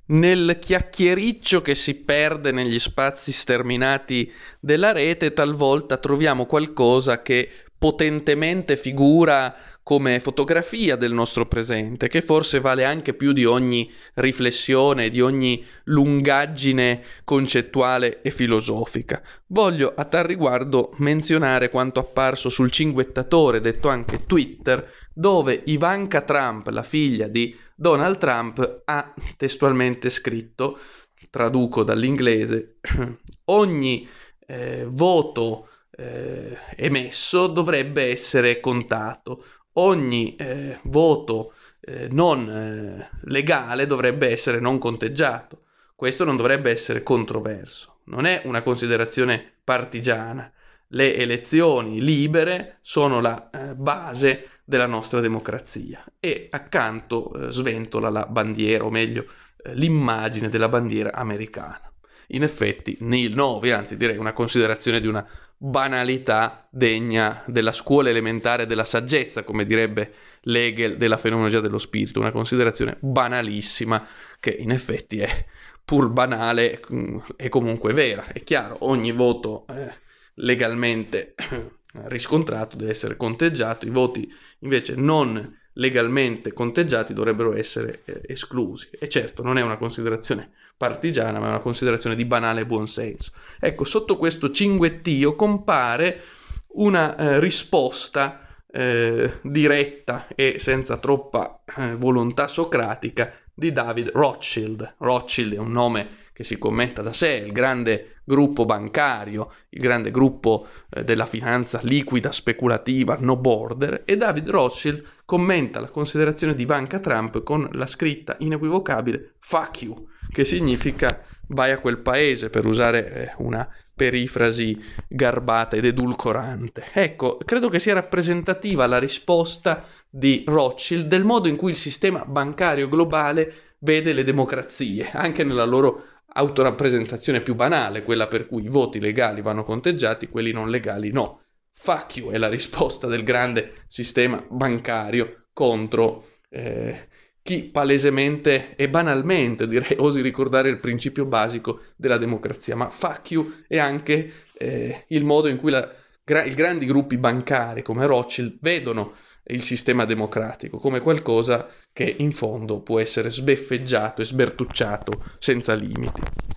nel chiacchiericcio che si perde negli spazi sterminati della rete, talvolta troviamo qualcosa che potentemente figura come fotografia del nostro presente, che forse vale anche più di ogni riflessione, di ogni lungaggine concettuale e filosofica. Voglio a tal riguardo menzionare quanto apparso sul cinguettatore, detto anche Twitter, dove Ivanka Trump, la figlia di Donald Trump, ha testualmente scritto, traduco dall'inglese, ogni voto emesso dovrebbe essere contato, ogni voto non legale dovrebbe essere non conteggiato. Questo non dovrebbe essere controverso, non è una considerazione partigiana. Le elezioni libere sono la base della nostra democrazia e accanto sventola la bandiera, o meglio l'immagine della bandiera americana. In effetti nil novi, anzi direi una considerazione di una banalità degna della scuola elementare della saggezza, come direbbe Hegel della fenomenologia dello spirito, una considerazione banalissima che in effetti è pur banale e comunque vera. È chiaro, ogni voto legalmente riscontrato deve essere conteggiato, i voti invece non legalmente conteggiati dovrebbero essere esclusi. E certo, non è una considerazione partigiana, ma è una considerazione di banale buonsenso. Ecco, sotto questo cinguettio compare una risposta diretta e senza troppa volontà socratica di David Rothschild. Rothschild è un nome che si commenta da sé, il grande gruppo bancario, il grande gruppo della finanza liquida, speculativa, no border, e David Rothschild commenta la considerazione di Ivanka Trump con la scritta inequivocabile "fuck you", che significa vai a quel paese, per usare una perifrasi garbata ed edulcorante. Ecco, credo che sia rappresentativa la risposta di Rothschild del modo in cui il sistema bancario globale vede le democrazie, anche nella loro autorappresentazione più banale, quella per cui i voti legali vanno conteggiati, quelli non legali no. Fuck you è la risposta del grande sistema bancario contro chi palesemente e banalmente, direi, osi ricordare il principio basico della democrazia. Ma fuck you è anche il modo in cui i grandi gruppi bancari come Rothschild vedono il sistema democratico come qualcosa che in fondo può essere sbeffeggiato e sbertucciato senza limiti.